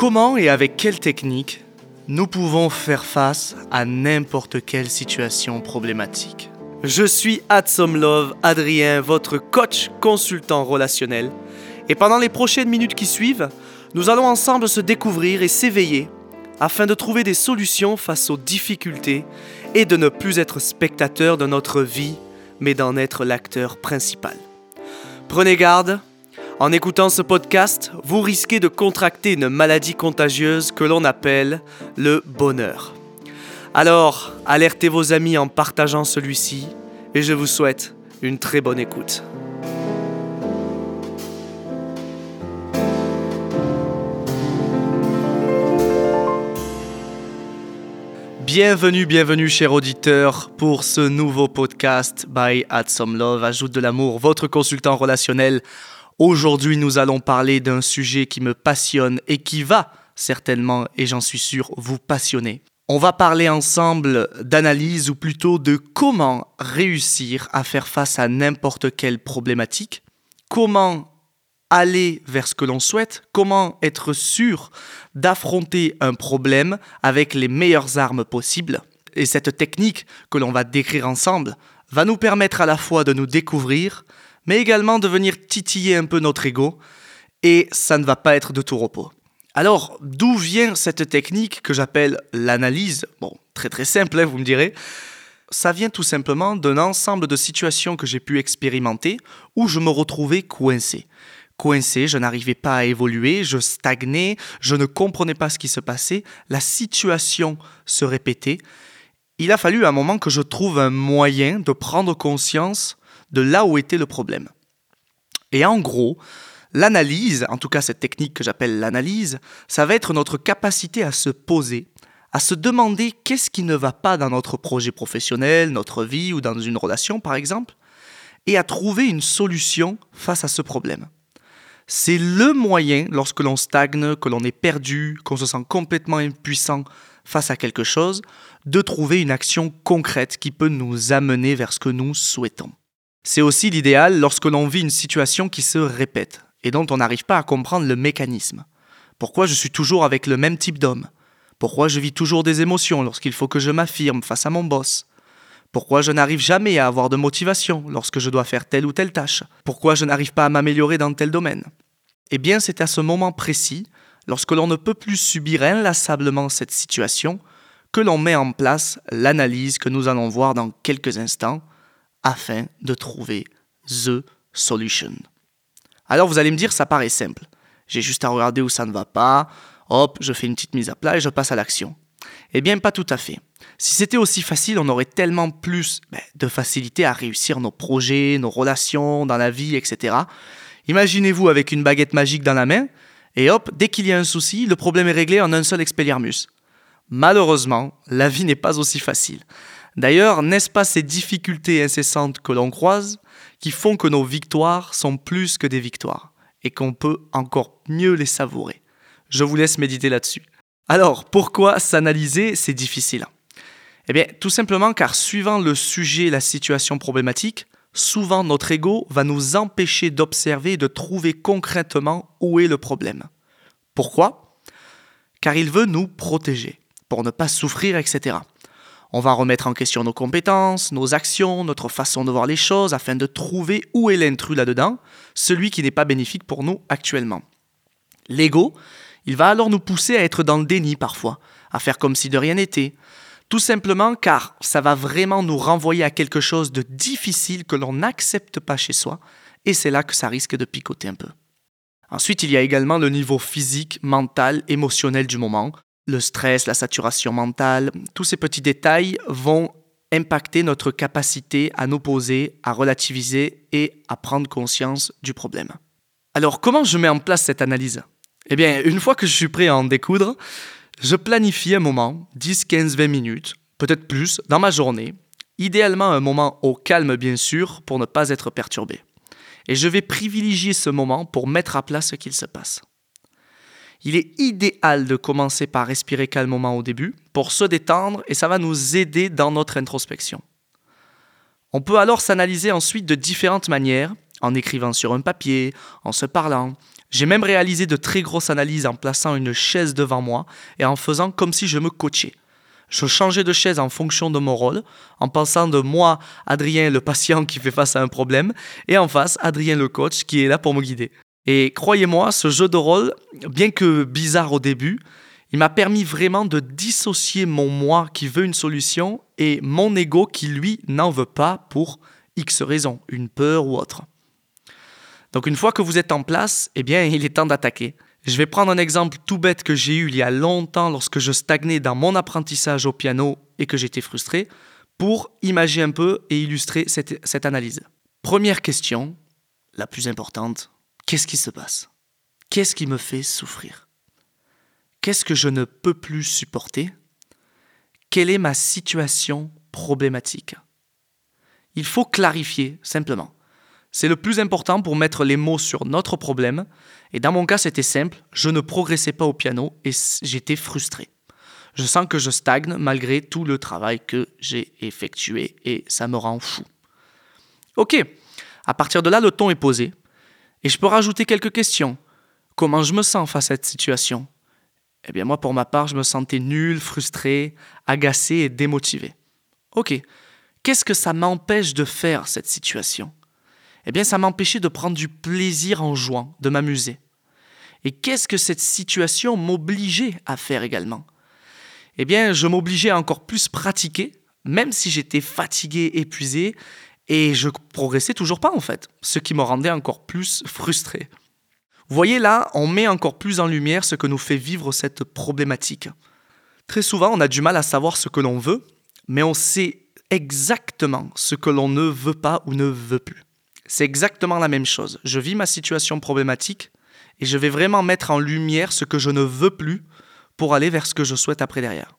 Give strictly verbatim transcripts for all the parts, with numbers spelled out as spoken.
Comment et avec quelle technique nous pouvons faire face à n'importe quelle situation problématique? Je suis Adsomlove, Adrien, votre coach consultant relationnel. Et pendant les prochaines minutes qui suivent, nous allons ensemble se découvrir et s'éveiller afin de trouver des solutions face aux difficultés et de ne plus être spectateur de notre vie, mais d'en être l'acteur principal. Prenez garde, en écoutant ce podcast, vous risquez de contracter une maladie contagieuse que l'on appelle le bonheur. Alors, alertez vos amis en partageant celui-ci et je vous souhaite une très bonne écoute. Bienvenue, bienvenue chers auditeurs pour ce nouveau podcast by Adsomlove, Ajoute de l'amour, votre consultant relationnel. Aujourd'hui, nous allons parler d'un sujet qui me passionne et qui va certainement, et j'en suis sûr, vous passionner. On va parler ensemble d'analyse ou plutôt de comment réussir à faire face à n'importe quelle problématique, comment aller vers ce que l'on souhaite, comment être sûr d'affronter un problème avec les meilleures armes possibles. Et cette technique que l'on va décrire ensemble va nous permettre à la fois de nous découvrir, mais également de venir titiller un peu notre ego, et ça ne va pas être de tout repos. Alors, d'où vient cette technique que j'appelle l'analyse? Bon, très très simple, hein, vous me direz. Ça vient tout simplement d'un ensemble de situations que j'ai pu expérimenter où je me retrouvais coincé. Coincé, je n'arrivais pas à évoluer, je stagnais, je ne comprenais pas ce qui se passait, la situation se répétait. Il a fallu à un moment que je trouve un moyen de prendre conscience de là où était le problème. Et en gros, l'analyse, en tout cas cette technique que j'appelle l'analyse, ça va être notre capacité à se poser, à se demander qu'est-ce qui ne va pas dans notre projet professionnel, notre vie ou dans une relation par exemple, et à trouver une solution face à ce problème. C'est le moyen, lorsque l'on stagne, que l'on est perdu, qu'on se sent complètement impuissant face à quelque chose, de trouver une action concrète qui peut nous amener vers ce que nous souhaitons. C'est aussi l'idéal lorsque l'on vit une situation qui se répète et dont on n'arrive pas à comprendre le mécanisme. Pourquoi je suis toujours avec le même type d'homme? Pourquoi je vis toujours des émotions lorsqu'il faut que je m'affirme face à mon boss? Pourquoi je n'arrive jamais à avoir de motivation lorsque je dois faire telle ou telle tâche? Pourquoi je n'arrive pas à m'améliorer dans tel domaine? Eh bien, c'est à ce moment précis, lorsque l'on ne peut plus subir inlassablement cette situation, que l'on met en place l'analyse que nous allons voir dans quelques instants, afin de trouver the solution. Alors vous allez me dire, ça paraît simple. J'ai juste à regarder où ça ne va pas, hop, je fais une petite mise à plat et je passe à l'action. Eh bien, pas tout à fait. Si c'était aussi facile, on aurait tellement plus ben, de facilité à réussir nos projets, nos relations, dans la vie, et cetera. Imaginez-vous avec une baguette magique dans la main, et hop, dès qu'il y a un souci, le problème est réglé en un seul expelliarmus. Malheureusement, la vie n'est pas aussi facile. D'ailleurs, n'est-ce pas ces difficultés incessantes que l'on croise qui font que nos victoires sont plus que des victoires et qu'on peut encore mieux les savourer? Je vous laisse méditer là-dessus. Alors, pourquoi s'analyser, c'est difficile? Eh bien, tout simplement car suivant le sujet, la situation problématique, souvent notre ego va nous empêcher d'observer et de trouver concrètement où est le problème. Pourquoi? Car il veut nous protéger, pour ne pas souffrir, et cetera. On va remettre en question nos compétences, nos actions, notre façon de voir les choses afin de trouver où est l'intrus là-dedans, celui qui n'est pas bénéfique pour nous actuellement. L'ego, il va alors nous pousser à être dans le déni parfois, à faire comme si de rien n'était, tout simplement car ça va vraiment nous renvoyer à quelque chose de difficile que l'on n'accepte pas chez soi, et c'est là que ça risque de picoter un peu. Ensuite, il y a également le niveau physique, mental, émotionnel du moment. Le stress, la saturation mentale, tous ces petits détails vont impacter notre capacité à nous poser, à relativiser et à prendre conscience du problème. Alors, comment je mets en place cette analyse? Eh bien, une fois que je suis prêt à en découdre, je planifie un moment, dix, quinze, vingt minutes, peut-être plus, dans ma journée, idéalement un moment au calme bien sûr, pour ne pas être perturbé. Et je vais privilégier ce moment pour mettre à plat ce qu'il se passe. Il est idéal de commencer par respirer calmement au début pour se détendre et ça va nous aider dans notre introspection. On peut alors s'analyser ensuite de différentes manières en écrivant sur un papier, en se parlant. J'ai même réalisé de très grosses analyses en plaçant une chaise devant moi et en faisant comme si je me coachais. Je changeais de chaise en fonction de mon rôle, en pensant de moi, Adrien, le patient qui fait face à un problème, et en face, Adrien, le coach, qui est là pour me guider. Et croyez-moi, ce jeu de rôle, bien que bizarre au début, il m'a permis vraiment de dissocier mon moi qui veut une solution et mon ego qui, lui, n'en veut pas pour X raisons, une peur ou autre. Donc une fois que vous êtes en place, eh bien, il est temps d'attaquer. Je vais prendre un exemple tout bête que j'ai eu il y a longtemps lorsque je stagnais dans mon apprentissage au piano et que j'étais frustré, pour imager un peu et illustrer cette, cette analyse. Première question, la plus importante, qu'est-ce qui se passe ? Qu'est-ce qui me fait souffrir ? Qu'est-ce que je ne peux plus supporter ? Quelle est ma situation problématique ? Il faut clarifier, simplement. C'est le plus important pour mettre les mots sur notre problème. Et dans mon cas, c'était simple. Je ne progressais pas au piano et j'étais frustré. Je sens que je stagne malgré tout le travail que j'ai effectué et ça me rend fou. Ok, à partir de là, le ton est posé. Et je peux rajouter quelques questions. Comment je me sens face à cette situation ? Eh bien moi, pour ma part, je me sentais nul, frustré, agacé et démotivé. Ok, qu'est-ce que ça m'empêche de faire cette situation ? Eh bien, ça m'empêchait de prendre du plaisir en jouant, de m'amuser. Et qu'est-ce que cette situation m'obligeait à faire également ? Eh bien, je m'obligeais à encore plus pratiquer, même si j'étais fatigué, épuisé, et je progressais toujours pas en fait, ce qui me rendait encore plus frustré. Vous voyez là, on met encore plus en lumière ce que nous fait vivre cette problématique. Très souvent, on a du mal à savoir ce que l'on veut, mais on sait exactement ce que l'on ne veut pas ou ne veut plus. C'est exactement la même chose. Je vis ma situation problématique et je vais vraiment mettre en lumière ce que je ne veux plus pour aller vers ce que je souhaite après derrière.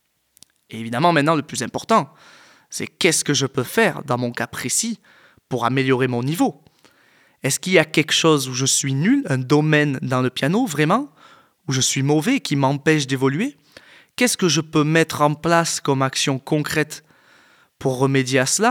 Et évidemment, maintenant, le plus important, c'est qu'est-ce que je peux faire dans mon cas précis pour améliorer mon niveau ? Est-ce qu'il y a quelque chose où je suis nul, un domaine dans le piano vraiment, où je suis mauvais et qui m'empêche d'évoluer ? Qu'est-ce que je peux mettre en place comme action concrète pour remédier à cela ?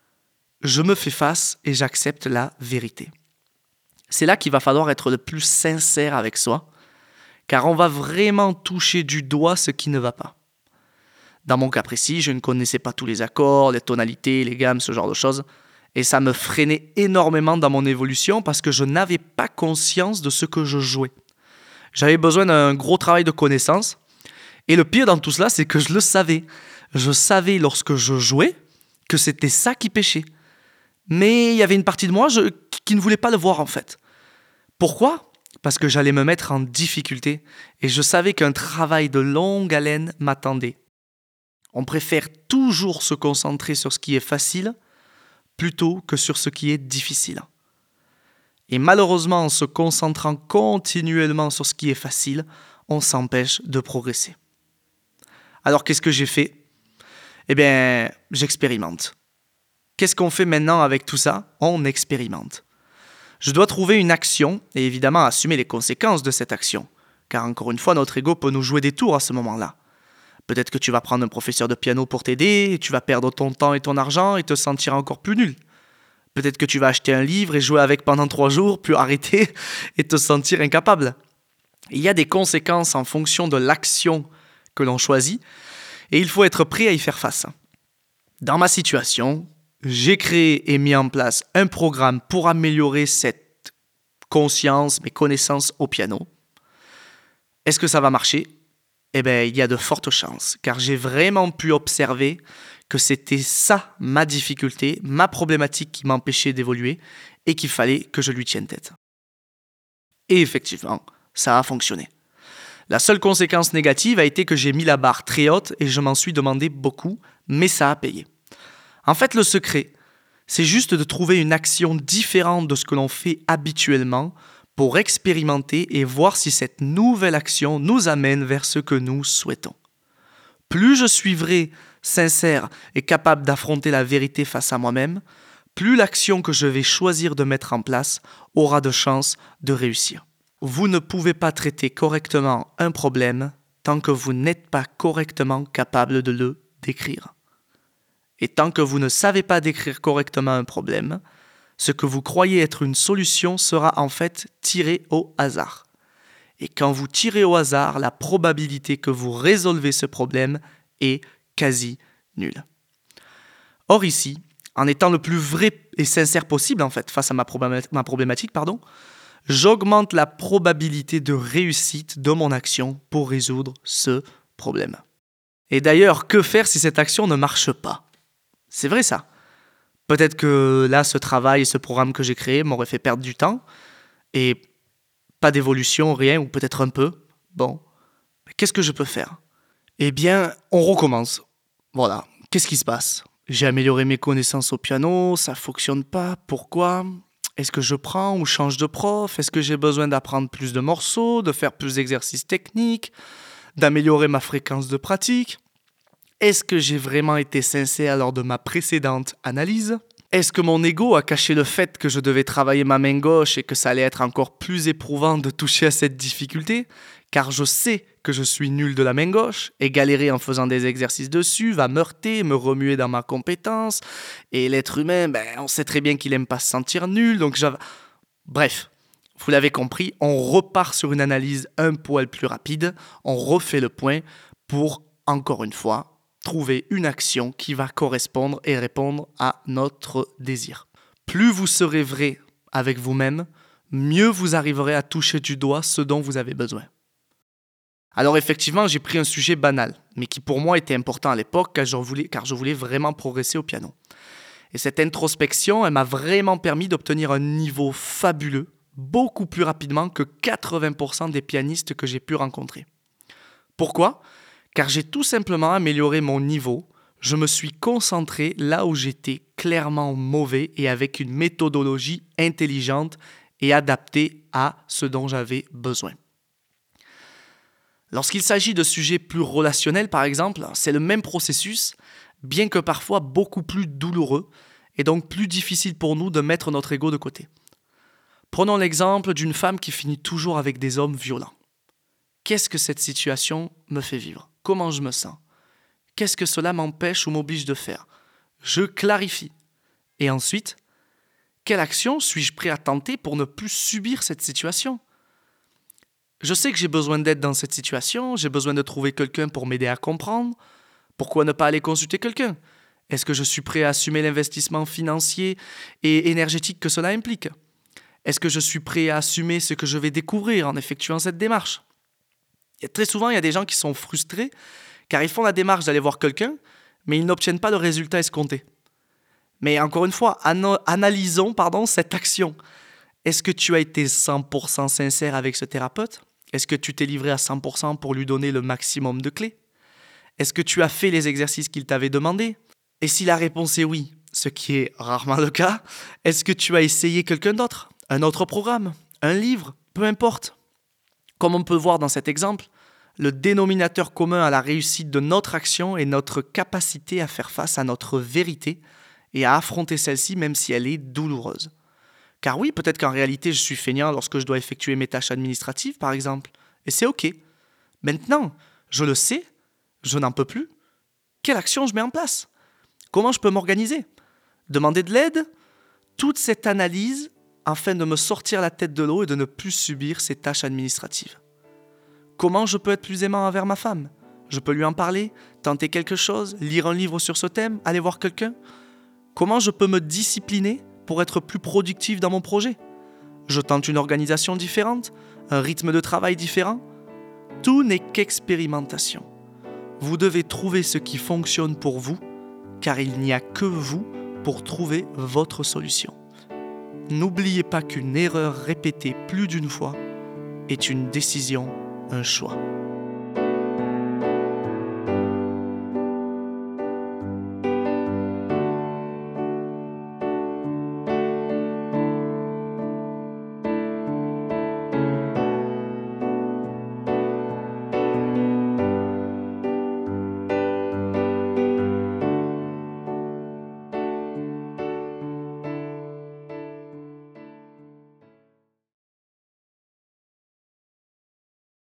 Je me fais face et j'accepte la vérité. C'est là qu'il va falloir être le plus sincère avec soi, car on va vraiment toucher du doigt ce qui ne va pas. Dans mon cas précis, je ne connaissais pas tous les accords, les tonalités, les gammes, ce genre de choses, et ça me freinait énormément dans mon évolution parce que je n'avais pas conscience de ce que je jouais. J'avais besoin d'un gros travail de connaissance, et le pire dans tout cela, c'est que je le savais. Je savais lorsque je jouais que c'était ça qui pêchait. Mais il y avait une partie de moi je, qui ne voulait pas le voir en fait. Pourquoi ? Parce que j'allais me mettre en difficulté et je savais qu'un travail de longue haleine m'attendait. On préfère toujours se concentrer sur ce qui est facile plutôt que sur ce qui est difficile. Et malheureusement, en se concentrant continuellement sur ce qui est facile, on s'empêche de progresser. Alors qu'est-ce que j'ai fait ? Eh bien, j'expérimente. Qu'est-ce qu'on fait maintenant avec tout ça ? On expérimente. Je dois trouver une action et évidemment assumer les conséquences de cette action. Car encore une fois, notre ego peut nous jouer des tours à ce moment-là. Peut-être que tu vas prendre un professeur de piano pour t'aider, et tu vas perdre ton temps et ton argent et te sentir encore plus nul. Peut-être que tu vas acheter un livre et jouer avec pendant trois jours, puis arrêter et te sentir incapable. Il y a des conséquences en fonction de l'action que l'on choisit et il faut être prêt à y faire face. Dans ma situation, j'ai créé et mis en place un programme pour améliorer cette conscience, mes connaissances au piano. Est-ce que ça va marcher ? Eh bien, il y a de fortes chances, car j'ai vraiment pu observer que c'était ça, ma difficulté, ma problématique qui m'empêchait d'évoluer et qu'il fallait que je lui tienne tête. Et effectivement, ça a fonctionné. La seule conséquence négative a été que j'ai mis la barre très haute et je m'en suis demandé beaucoup, mais ça a payé. En fait, le secret, c'est juste de trouver une action différente de ce que l'on fait habituellement pour expérimenter et voir si cette nouvelle action nous amène vers ce que nous souhaitons. Plus je suis vrai, sincère et capable d'affronter la vérité face à moi-même, plus l'action que je vais choisir de mettre en place aura de chances de réussir. Vous ne pouvez pas traiter correctement un problème tant que vous n'êtes pas correctement capable de le décrire. Et tant que vous ne savez pas décrire correctement un problème, Ce que vous croyez être une solution sera en fait tiré au hasard. Et quand vous tirez au hasard, la probabilité que vous résolvez ce problème est quasi nulle. Or ici, en étant le plus vrai et sincère possible en fait face à ma, problématique, ma problématique, pardon, j'augmente la probabilité de réussite de mon action pour résoudre ce problème. Et d'ailleurs, que faire si cette action ne marche pas ? C'est vrai ça. Peut-être que là, ce travail et ce programme que j'ai créé m'auraient fait perdre du temps et pas d'évolution, rien, ou peut-être un peu. Bon, qu'est-ce que je peux faire ? Eh bien, on recommence. Voilà, qu'est-ce qui se passe ? J'ai amélioré mes connaissances au piano, ça fonctionne pas, pourquoi ? Est-ce que je prends ou change de prof ? Est-ce que j'ai besoin d'apprendre plus de morceaux, de faire plus d'exercices techniques, d'améliorer ma fréquence de pratique ? Est-ce que j'ai vraiment été sincère lors de ma précédente analyse ? Est-ce que mon ego a caché le fait que je devais travailler ma main gauche et que ça allait être encore plus éprouvant de toucher à cette difficulté ? Car je sais que je suis nul de la main gauche et galérer en faisant des exercices dessus va me heurter, me remuer dans ma compétence. Et l'être humain, ben, on sait très bien qu'il n'aime pas se sentir nul. Donc j'avais... Bref, vous l'avez compris, on repart sur une analyse un poil plus rapide. On refait le point pour, encore une fois, trouver une action qui va correspondre et répondre à notre désir. Plus vous serez vrai avec vous-même, mieux vous arriverez à toucher du doigt ce dont vous avez besoin. Alors effectivement, j'ai pris un sujet banal, mais qui pour moi était important à l'époque car je voulais, car je voulais vraiment progresser au piano. Et cette introspection, elle m'a vraiment permis d'obtenir un niveau fabuleux, beaucoup plus rapidement que quatre-vingts pour cent des pianistes que j'ai pu rencontrer. Pourquoi ? Car j'ai tout simplement amélioré mon niveau, je me suis concentré là où j'étais clairement mauvais et avec une méthodologie intelligente et adaptée à ce dont j'avais besoin. Lorsqu'il s'agit de sujets plus relationnels par exemple, c'est le même processus, bien que parfois beaucoup plus douloureux et donc plus difficile pour nous de mettre notre ego de côté. Prenons l'exemple d'une femme qui finit toujours avec des hommes violents. Qu'est-ce que cette situation me fait vivre ? Comment je me sens ? Qu'est-ce que cela m'empêche ou m'oblige de faire ? Je clarifie. Et ensuite, quelle action suis-je prêt à tenter pour ne plus subir cette situation ? Je sais que j'ai besoin d'aide dans cette situation, j'ai besoin de trouver quelqu'un pour m'aider à comprendre. Pourquoi ne pas aller consulter quelqu'un ? Est-ce que je suis prêt à assumer l'investissement financier et énergétique que cela implique ? Est-ce que je suis prêt à assumer ce que je vais découvrir en effectuant cette démarche ? Et très souvent, il y a des gens qui sont frustrés car ils font la démarche d'aller voir quelqu'un, mais ils n'obtiennent pas le résultat escompté. Mais encore une fois, an- analysons pardon, cette action. Est-ce que tu as été cent pour cent sincère avec ce thérapeute ? Est-ce que tu t'es livré à cent pour cent pour lui donner le maximum de clés ? Est-ce que tu as fait les exercices qu'il t'avait demandé ? Et si la réponse est oui, ce qui est rarement le cas, est-ce que tu as essayé quelqu'un d'autre ? Un autre programme ? Un livre ? Peu importe. Comme on peut voir dans cet exemple, le dénominateur commun à la réussite de notre action est notre capacité à faire face à notre vérité et à affronter celle-ci même si elle est douloureuse. Car oui, peut-être qu'en réalité je suis feignant lorsque je dois effectuer mes tâches administratives par exemple, et c'est ok. Maintenant, je le sais, je n'en peux plus. Quelle action je mets en place ? Comment je peux m'organiser ? Demander de l'aide ? Toute cette analyse afin de me sortir la tête de l'eau et de ne plus subir ces tâches administratives. Comment je peux être plus aimant envers ma femme ? Je peux lui en parler, tenter quelque chose, lire un livre sur ce thème, aller voir quelqu'un ? Comment je peux me discipliner pour être plus productif dans mon projet ? Je tente une organisation différente, un rythme de travail différent ? Tout n'est qu'expérimentation. Vous devez trouver ce qui fonctionne pour vous, car il n'y a que vous pour trouver votre solution. N'oubliez pas qu'une erreur répétée plus d'une fois est une décision, un choix.